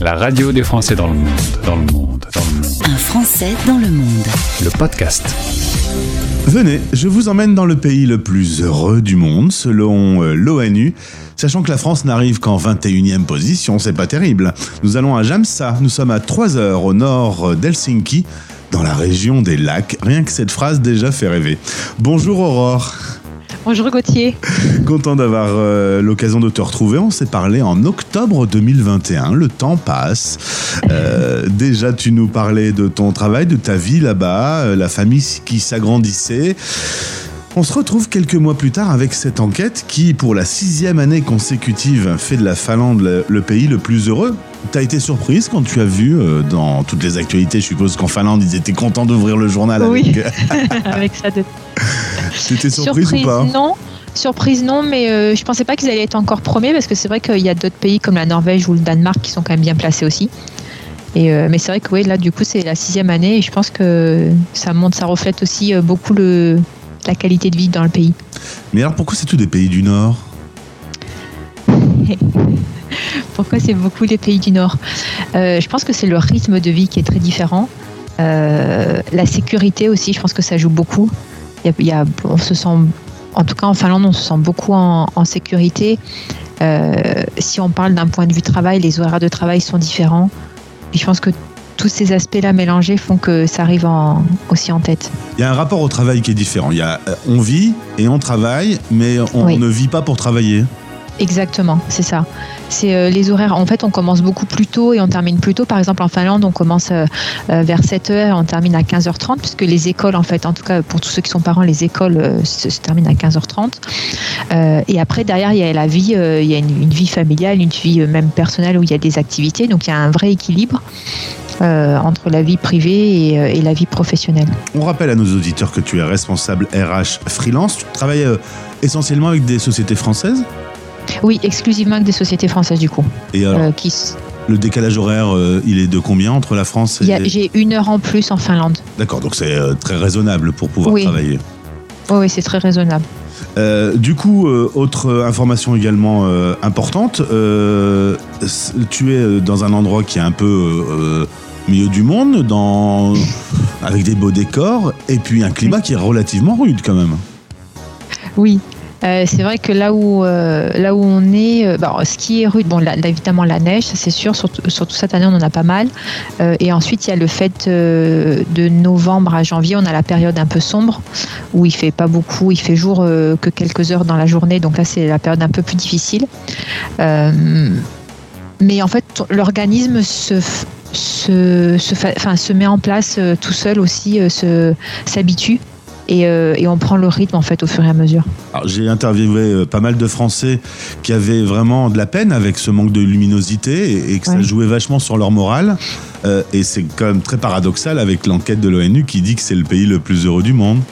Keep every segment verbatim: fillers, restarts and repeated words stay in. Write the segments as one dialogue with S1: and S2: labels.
S1: La radio des Français dans le monde, dans le monde, dans le monde.
S2: Un Français dans le monde.
S1: Le podcast.
S3: Venez, je vous emmène dans le pays le plus heureux du monde, selon euh, l'ONU. Sachant que la France n'arrive qu'en vingt et unième position, c'est pas terrible. Nous allons à Jämsä, nous sommes à trois heures au nord d'Helsinki, dans la région des lacs. Rien que cette phrase déjà fait rêver. Bonjour Aurore.
S4: Bonjour Gauthier.
S3: Content d'avoir euh, l'occasion de te retrouver. On s'est parlé en octobre deux mille vingt et un. Le temps passe. Euh, déjà, tu nous parlais de ton travail, de ta vie là-bas, euh, la famille qui s'agrandissait. On se retrouve quelques mois plus tard avec cette enquête qui, pour la sixième année consécutive, fait de la Finlande le, le pays le plus heureux. T'as été surprise quand tu as vu euh, dans toutes les actualités, je suppose qu'en Finlande, ils étaient contents d'ouvrir le journal avec...
S4: Oui, avec ça. De...
S3: T'étais surprise, surprise ou pas ?
S4: Non. Surprise non, mais euh, je pensais pas qu'ils allaient être encore premiers parce que c'est vrai qu'il y a d'autres pays comme la Norvège ou le Danemark qui sont quand même bien placés aussi. Et euh, mais c'est vrai que oui, là du coup c'est la sixième année et je pense que ça montre, ça reflète aussi euh, beaucoup le, la qualité de vie dans le pays.
S3: Mais alors pourquoi c'est tous des pays du Nord ?
S4: Pourquoi c'est beaucoup les pays du Nord ? euh, Je pense que c'est le rythme de vie qui est très différent. Euh, la sécurité aussi, je pense que ça joue beaucoup. Il y a, il y a, on se sent, en tout cas en Finlande, on se sent beaucoup en, en sécurité. Euh, si on parle d'un point de vue travail, les horaires de travail sont différents. Et je pense que tous ces aspects-là mélangés font que ça arrive en, aussi en tête.
S3: Il y a un rapport au travail qui est différent. Il y a, on vit et on travaille, mais on oui. ne vit pas pour travailler.
S4: Exactement, c'est ça. C'est euh, les horaires. En fait, on commence beaucoup plus tôt et on termine plus tôt. Par exemple, en Finlande, on commence euh, vers sept heures et on termine à quinze heures trente, puisque les écoles, en fait, en tout cas pour tous ceux qui sont parents, les écoles euh, se, se terminent à quinze heures trente. Euh, et après, derrière, il y a la vie, euh, il y a une, une vie familiale, une vie euh, même personnelle où il y a des activités. Donc, il y a un vrai équilibre euh, entre la vie privée et, euh, et la vie professionnelle.
S3: On rappelle à nos auditeurs que tu es responsable R H freelance. Tu travailles euh, essentiellement avec des sociétés françaises ?
S4: Oui, exclusivement avec des sociétés françaises du coup.
S3: Et alors, euh, qui... le décalage horaire, euh, il est de combien entre la France et...
S4: Il y a, j'ai une heure en plus en Finlande.
S3: D'accord, donc c'est euh, très raisonnable pour pouvoir
S4: oui.
S3: travailler.
S4: Oui, oui, c'est très raisonnable.
S3: Euh, du coup, euh, autre information également euh, importante, euh, tu es dans un endroit qui est un peu euh, milieu du monde, dans... avec des beaux décors, et puis un climat qui est relativement rude quand même.
S4: Oui. Euh, c'est vrai que là où, euh, là où on est, euh, bah, ce qui est rude, bon, là, évidemment la neige, ça c'est sûr, surtout, surtout cette année on en a pas mal. Euh, et ensuite il y a le fait euh, de novembre à janvier, on a la période un peu sombre où il fait pas beaucoup, il fait jour euh, que quelques heures dans la journée, donc là c'est la période un peu plus difficile. Euh, mais en fait l'organisme se se, se, fa, enfin, se met en place euh, tout seul aussi, euh, se, s'habitue. Et, euh, et on prend le rythme en fait au fur et à mesure.
S3: Alors, j'ai interviewé pas mal de Français qui avaient vraiment de la peine avec ce manque de luminosité et, et que ouais. ça jouait vachement sur leur morale. Euh, et c'est quand même très paradoxal avec l'enquête de l'ONU qui dit que c'est le pays le plus heureux du monde.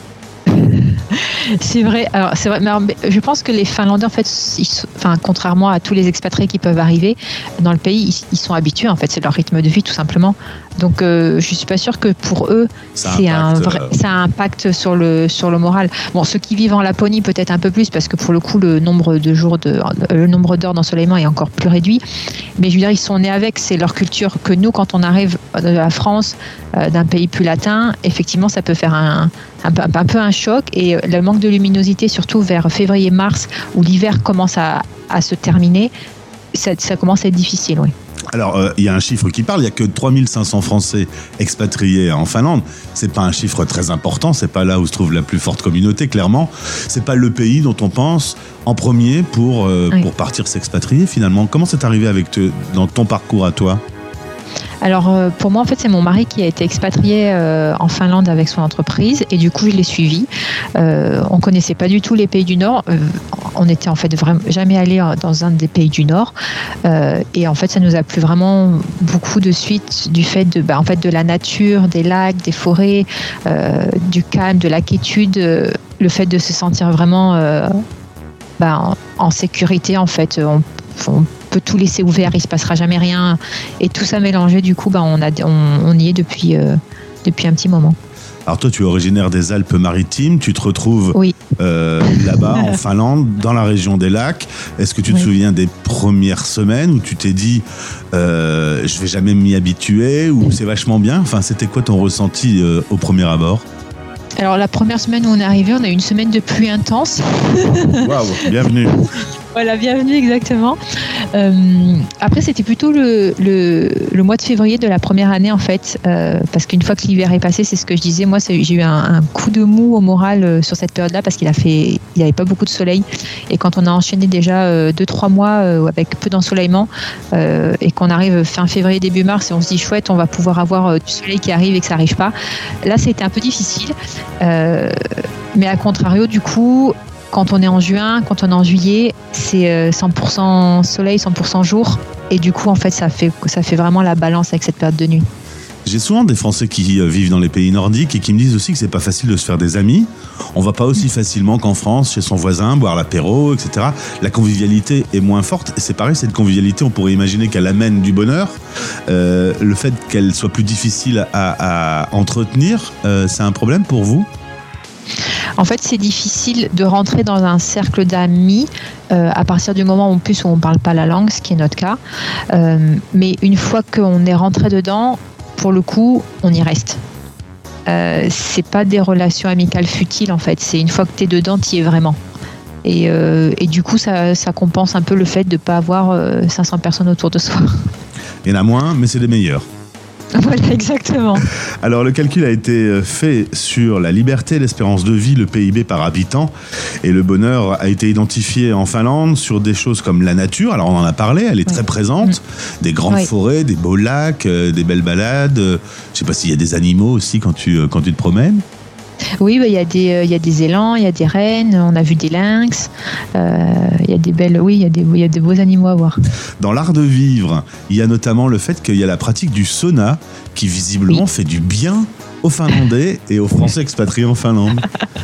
S4: C'est vrai. Alors c'est vrai. Mais alors, je pense que les Finlandais, en fait, ils, enfin, contrairement à tous les expatriés qui peuvent arriver dans le pays, ils, ils sont habitués. En fait, c'est leur rythme de vie, tout simplement. Donc, euh, je suis pas sûre que pour eux, ça c'est impacte, un vrai, euh... ça impacte sur le sur le moral. Bon, ceux qui vivent en Laponie, peut-être un peu plus, parce que pour le coup, le nombre de jours de le nombre d'heures d'ensoleillement est encore plus réduit. Mais je veux dire, ils sont nés avec. C'est leur culture. Que nous, quand on arrive de la France, euh, d'un pays plus latin, effectivement, ça peut faire un Un peu, un peu un choc et le manque de luminosité, surtout vers février-mars où l'hiver commence à, à se terminer, ça, ça commence à être difficile, oui.
S3: Alors, il euh, y a un chiffre qui parle, il n'y a que trois mille cinq cents Français expatriés en Finlande. C'est pas un chiffre très important, c'est pas là où se trouve la plus forte communauté, clairement. C'est pas le pays dont on pense en premier pour, euh, oui. pour partir s'expatrier, finalement. Comment c'est arrivé avec te, dans ton parcours à toi ?
S4: Alors pour moi en fait c'est mon mari qui a été expatrié euh, en Finlande avec son entreprise et du coup je l'ai suivi. Euh, on connaissait pas du tout les pays du Nord. Euh, on était en fait vraiment jamais allé dans un des pays du Nord euh, et en fait ça nous a plu vraiment beaucoup de suite du fait de bah, en fait de la nature, des lacs, des forêts, euh, du calme, de la quiétude, euh, le fait de se sentir vraiment euh, bah, en, en sécurité en fait. On, on peut tout laisser ouvert, il se passera jamais rien et tout ça mélangé du coup bah, on, a, on, on y est depuis, euh, depuis un petit moment.
S3: Alors toi tu es originaire des Alpes-Maritimes, tu te retrouves
S4: oui.
S3: euh, là-bas en Finlande, dans la région des lacs. Est-ce que tu te
S4: Oui.
S3: souviens des premières semaines où tu t'es dit euh, je vais jamais m'y habituer ou c'est vachement bien? Enfin, c'était quoi ton ressenti euh, au premier abord?
S4: Alors la première semaine où on est arrivé, on a eu une semaine de pluie intense.
S3: Waouh, bienvenue.
S4: Voilà, bienvenue exactement. Euh, après, c'était plutôt le, le, le mois de février de la première année en fait, euh, parce qu'une fois que l'hiver est passé, c'est ce que je disais, moi c'est- j'ai eu un, un coup de mou au moral euh, sur cette période-là parce qu'il a fait, il n'y avait pas beaucoup de soleil et quand on a enchaîné déjà euh, deux trois mois euh, avec peu d'ensoleillement euh, et qu'on arrive fin février début mars et on se dit chouette, on va pouvoir avoir euh, du soleil qui arrive et que ça n'arrive pas. Là, c'était un peu difficile, euh, mais à contrario, du coup. Quand on est en juin, quand on est en juillet, c'est euh, cent pour cent soleil, cent pour cent jour. Et du coup, en fait, ça fait, ça fait vraiment la balance avec cette période de nuit.
S3: J'ai souvent des Français qui euh, vivent dans les pays nordiques et qui me disent aussi que c'est pas facile de se faire des amis. On va pas aussi facilement qu'en France, chez son voisin, boire l'apéro, et cetera. La convivialité est moins forte. Et c'est pareil, cette convivialité, on pourrait imaginer qu'elle amène du bonheur. Euh, le fait qu'elle soit plus difficile à, à entretenir, euh, c'est un problème pour vous?
S4: En fait, c'est difficile de rentrer dans un cercle d'amis euh, à partir du moment où, en plus, où on ne parle pas la langue, ce qui est notre cas. Euh, mais une fois qu'on est rentré dedans, pour le coup, on y reste. Euh, c'est pas des relations amicales futiles, en fait. C'est une fois que tu es dedans, tu y es vraiment. Et, euh, et du coup, ça, ça compense un peu le fait de ne pas avoir euh, cinq cents personnes autour de soi.
S3: Il y en a moins, mais c'est les meilleurs.
S4: Voilà, exactement.
S3: Alors, le calcul a été fait sur la liberté, l'espérance de vie, le P I B par habitant. Et le bonheur a été identifié en Finlande sur des choses comme la nature. Alors, on en a parlé, elle est
S4: Oui.
S3: très présente.
S4: Mmh.
S3: Des grandes
S4: Oui.
S3: forêts, des beaux lacs, euh, des belles balades. Euh, je sais pas s'il y a des animaux aussi quand tu, euh, quand tu te promènes.
S4: Oui, bah, il y a des, euh, il y a des élans, il y a des rennes, on a vu des lynx, euh, il y a des belles, oui, il y a des, il y a des beaux animaux à voir.
S3: Dans l'art de vivre, il y a notamment le fait qu'il y a la pratique du sauna qui visiblement
S4: Oui.
S3: fait du bien aux Finlandais et aux Français expatriés en Finlande.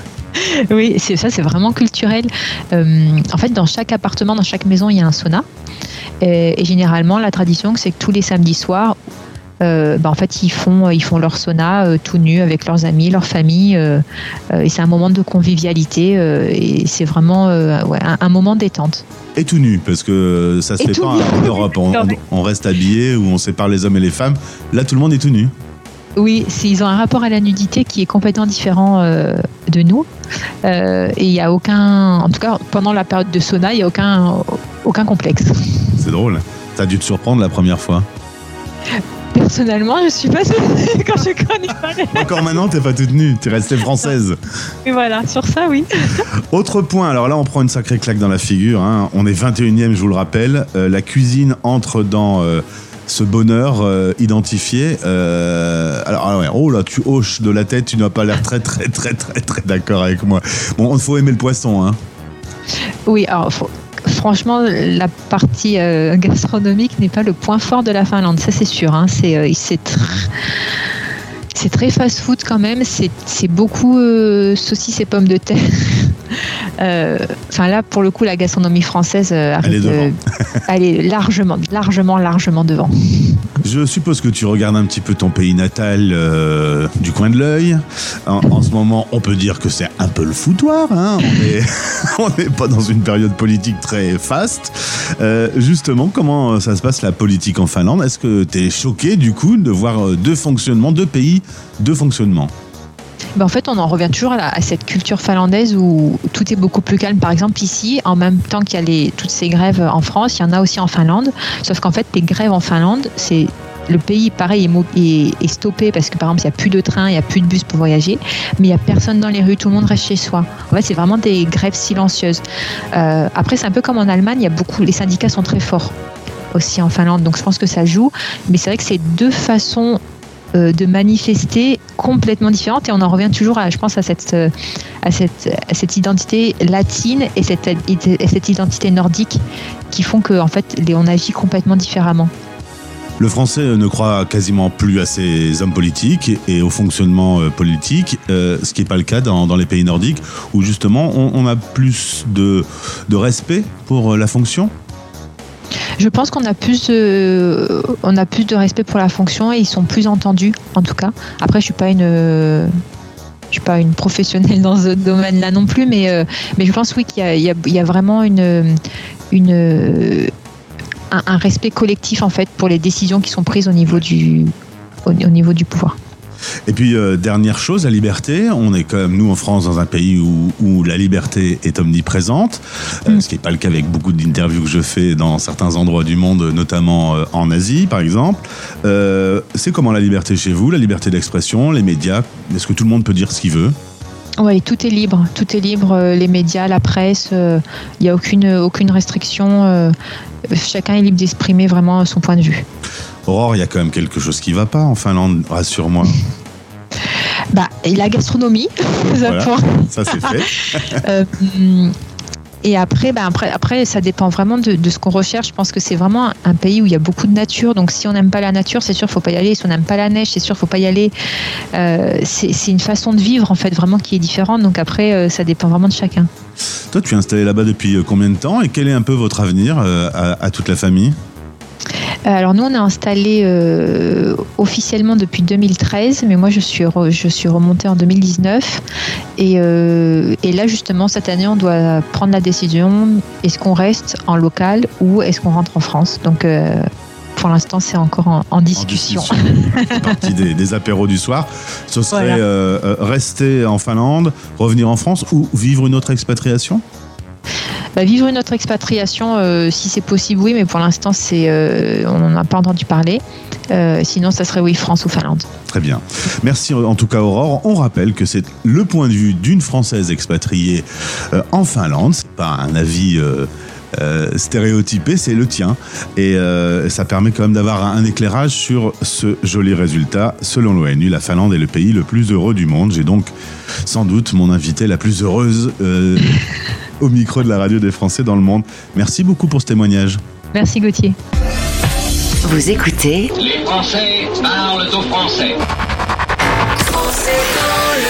S4: Oui, c'est, ça c'est vraiment culturel. Euh, en fait, dans chaque appartement, dans chaque maison, il y a un sauna. Et, et généralement, la tradition, c'est que tous les samedis soirs, euh, bah, en fait, ils font, ils font leur sauna euh, tout nus avec leurs amis, leur famille. Euh, euh, et c'est un moment de convivialité. Euh, et c'est vraiment euh, ouais, un, un moment détente.
S3: Et tout nu, parce que ça se
S4: Et
S3: fait
S4: tout
S3: pas
S4: nu.
S3: en Europe. On,
S4: Non, mais-
S3: on reste habillé ou on sépare les hommes et les femmes. Là, tout le monde est tout nu.
S4: Oui, c'est- ils ont un rapport à la nudité qui est complètement différent euh, de nous. Euh, et il n'y a aucun, en tout cas pendant la période de sauna, il n'y a aucun, aucun complexe.
S3: C'est drôle. T'as dû te surprendre la première fois.
S4: Personnellement, je suis pas sûre quand je connais pas les...
S3: Encore maintenant, t'es pas toute nue. T'es restée française.
S4: Mais voilà, sur ça, oui.
S3: Autre point, alors là on prend une sacrée claque dans la figure, hein. On est vingt et unième, je vous le rappelle, euh, la cuisine entre dans euh, ce bonheur euh, identifié. Euh, alors ah ouais, oh là, tu hoches de la tête, tu n'as pas l'air très très très très très d'accord avec moi. Bon, il faut aimer le poisson, hein.
S4: Oui, alors faut- franchement, la partie euh, gastronomique n'est pas le point fort de la Finlande, ça c'est sûr. Hein. C'est, euh, c'est, tr- c'est très fast-food quand même. C'est, c'est beaucoup euh, saucisses et pommes de terre. Euh, Enfin là, pour le coup, la gastronomie française euh, arrive,
S3: Elle est devant.
S4: euh, elle est largement, largement, largement devant.
S3: Je suppose que tu regardes un petit peu ton pays natal euh, du coin de l'œil. En, en ce moment, on peut dire que c'est un peu le foutoir, hein. On est- on n'est pas dans une période politique très faste. Euh, justement, comment ça se passe la politique en Finlande? Est-ce que tu es choqué du coup de voir euh, deux fonctionnements, deux pays, deux fonctionnements?
S4: Ben, en fait, on en revient toujours à, la- à cette culture finlandaise où tout est beaucoup plus calme. Par exemple, ici, en même temps qu'il y a les, toutes ces grèves en France, il y en a aussi en Finlande. Sauf qu'en fait, les grèves en Finlande, c'est le pays, pareil, est, mo- est, est stoppé parce que, par exemple, il n'y a plus de train, il n'y a plus de bus pour voyager, mais il n'y a personne dans les rues, tout le monde reste chez soi. En fait, c'est vraiment des grèves silencieuses. Euh, après, c'est un peu comme en Allemagne, il y a beaucoup, les syndicats sont très forts aussi en Finlande, donc je pense que ça joue. Mais c'est vrai que c'est deux façons euh, de manifester complètement différentes et on en revient toujours à, je pense à cette, euh, à cette, à cette identité latine et cette, et cette identité nordique qui font qu'en en fait les, on agit complètement différemment.
S3: Le français ne croit quasiment plus à ses hommes politiques et au fonctionnement euh, politique, euh, ce qui n'est pas le cas dans, dans les pays nordiques, où justement on, on a plus de, de respect pour euh, la fonction.
S4: Je pense qu'on a plus de, on a plus de respect pour la fonction et ils sont plus entendus, en tout cas. Après, je suis pas une, je suis pas une professionnelle dans ce domaine-là non plus, mais, euh, mais je pense oui qu'il y a, il y a, il y a vraiment une, une, un, un respect collectif en fait pour les décisions qui sont prises au niveau du, au, au niveau du pouvoir.
S3: Et puis, euh, dernière chose, la liberté. On est quand même, nous, en France, dans un pays où, où la liberté est omniprésente, euh, ce qui n'est pas le cas avec beaucoup d'interviews que je fais dans certains endroits du monde, notamment euh, en Asie, par exemple. Euh, c'est comment la liberté chez vous, la liberté d'expression, les médias? Est-ce que tout le monde peut dire ce qu'il veut?
S4: Oui, tout est libre. Tout est libre. Les médias, la presse, il euh, n'y a aucune, aucune restriction. Euh, chacun est libre d'exprimer vraiment son point de vue.
S3: Aurore, il y a quand même quelque chose qui ne va pas en Finlande, rassure-moi.
S4: Bah, et la gastronomie, ça,
S3: voilà,
S4: pour...
S3: ça c'est fait.
S4: euh, et après, bah, après, après, ça dépend vraiment de, de ce qu'on recherche. Je pense que c'est vraiment un pays où il y a beaucoup de nature. Donc, si on n'aime pas la nature, c'est sûr, il ne faut pas y aller. Si on n'aime pas la neige, c'est sûr, il ne faut pas y aller. Euh, c'est, c'est une façon de vivre, en fait, vraiment qui est différente. Donc, après, euh, ça dépend vraiment de chacun.
S3: Toi, tu es installé là-bas depuis combien de temps? Et quel est un peu votre avenir euh, à, à toute la famille?
S4: Alors nous, on est installé euh, officiellement depuis deux mille treize, mais moi je suis, re, je suis remontée en deux mille dix-neuf. Et, euh, et là, justement, cette année, on doit prendre la décision, est-ce qu'on reste en local ou est-ce qu'on rentre en France? Donc euh, pour l'instant, c'est encore en, en discussion.
S3: En discussion. C'est partie des, des apéros du soir. Ce serait voilà. euh, rester en Finlande, revenir en France ou vivre une autre expatriation?
S4: Bah, vivre une autre expatriation, euh, si c'est possible, oui, mais pour l'instant, c'est, euh, on n'en a pas entendu parler. Euh, sinon, ça serait oui, France ou Finlande.
S3: Très bien. Merci en tout cas, Aurore. On rappelle que c'est le point de vue d'une Française expatriée euh, en Finlande. C'est pas un avis euh, euh, stéréotypé, c'est le tien. Et euh, ça permet quand même d'avoir un éclairage sur ce joli résultat. Selon l'ONU, la Finlande est le pays le plus heureux du monde. J'ai donc sans doute mon invitée la plus heureuse euh, au micro de la radio des Français dans le monde. Merci beaucoup pour ce témoignage.
S4: Merci Gauthier.
S2: Vous écoutez
S5: Les Français parlent au français.
S2: Français dans le